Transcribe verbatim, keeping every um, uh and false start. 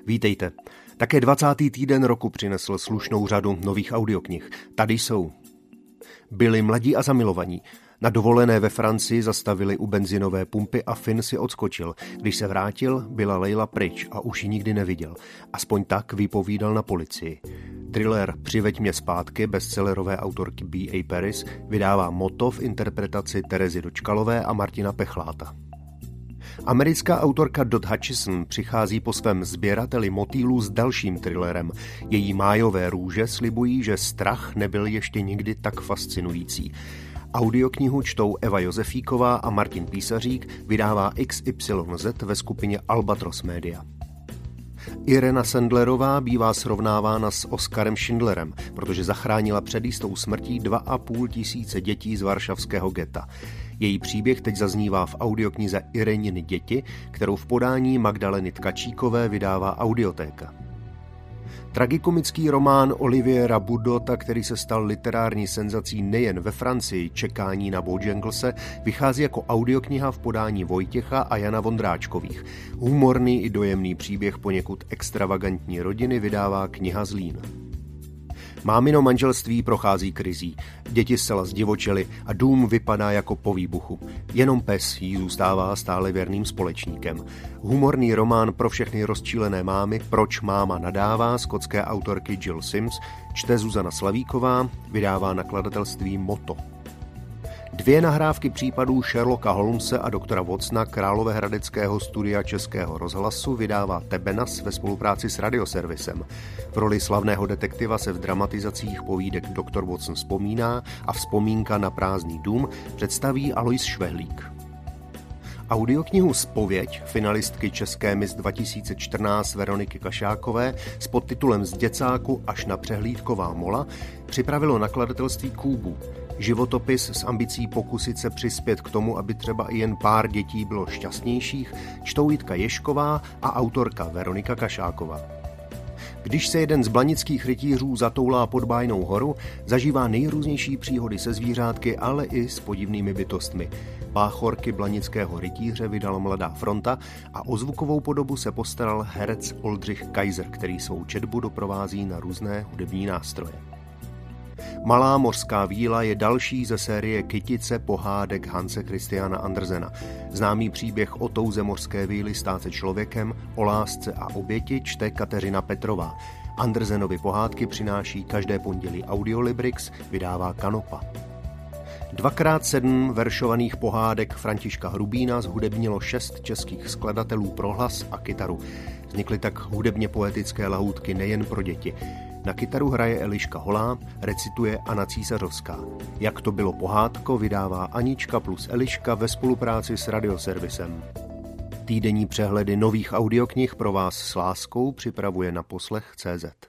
Vítejte. Také dvacátý týden roku přinesl slušnou řadu nových audioknih. Tady jsou. Byli mladí a zamilovaní. Na dovolené ve Francii zastavili u benzinové pumpy a Finn si odskočil. Když se vrátil, byla Leila pryč a už ji nikdy neviděl. Aspoň tak vypovídal na policii. Thriller Přiveď mě zpátky bestsellerové autorky B A Paris vydává Motto v interpretaci Terezy Dočkalové a Martina Pechláta. Americká autorka Dot Hutchison přichází po svém sběrateli motýlů s dalším thrillerem. Její májové růže slibují, že strach nebyl ještě nikdy tak fascinující. Audioknihu čtou Eva Josefíková a Martin Písařík, vydává X Y Z ve skupině Albatros Media. Irena Sandlerová bývá srovnávána s Oskarem Schindlerem, protože zachránila před jistou smrtí dva a půl tisíce dětí z varšavského geta. Její příběh teď zaznívá v audioknize Ireniny děti, kterou v podání Magdaleny Tkačíkové vydává Audiotéka. Tragikomický román Oliviera Budota, který se stal literární senzací nejen ve Francii, Čekání na Bojanglese, vychází jako audiokniha v podání Vojtěcha a Jana Vondráčkových. Humorný i dojemný příběh poněkud extravagantní rodiny vydává kniha Zlín. Mámino manželství prochází krizí. Děti zcela zdivočely a dům vypadá jako po výbuchu. Jenom pes jí zůstává stále věrným společníkem. Humorný román pro všechny rozčílené mámy Proč máma nadává skotské autorky Jill Sims čte Zuzana Slavíková, vydává nakladatelství Motto. Dvě nahrávky případů Sherlocka Holmese a doktora Watsona Královéhradeckého studia Českého rozhlasu vydává Tebenas ve spolupráci s Radioservisem. V roli slavného detektiva se v dramatizacích povídek doktor Watson vzpomíná a Vzpomínka na prázdný dům představí Alois Švehlík. Audioknihu Zpověď finalistky České Miss dva tisíce čtrnáct Veroniky Kašákové s podtitulem Z děcáku až na přehlídková mola připravilo nakladatelství Kůbu. Životopis s ambicí pokusit se přispět k tomu, aby třeba i jen pár dětí bylo šťastnějších, čtou Jitka Ježková a autorka Veronika Kašáková. Když se jeden z blanických rytířů zatoulá pod bájnou horu, zažívá nejrůznější příhody se zvířátky, ale i s podivnými bytostmi. Báchorky blanického rytíře vydala Mladá fronta a o zvukovou podobu se postaral herec Oldřich Kaiser, který svou četbu doprovází na různé hudební nástroje. Malá mořská víla je další ze série Kytice pohádek Hanse Christiana Andersena. Známý příběh o touze mořské víly stát se člověkem, o lásce a oběti čte Kateřina Petrová. Andersenovy pohádky přináší každé pondělí Audiolibrix, vydává Kanopa. Dvakrát sedm veršovaných pohádek Františka Hrubína zhudebnilo šest českých skladatelů pro hlas a kytaru. Vznikly tak hudebně poetické lahůdky nejen pro děti. Na kytaru hraje Eliška Holá, recituje Anna Císařovská. Jak to bylo pohádko, vydává Anička plus Eliška ve spolupráci s Radioservisem. Týdenní přehledy nových audioknih pro vás s láskou připravuje na poslech tečka cé zet.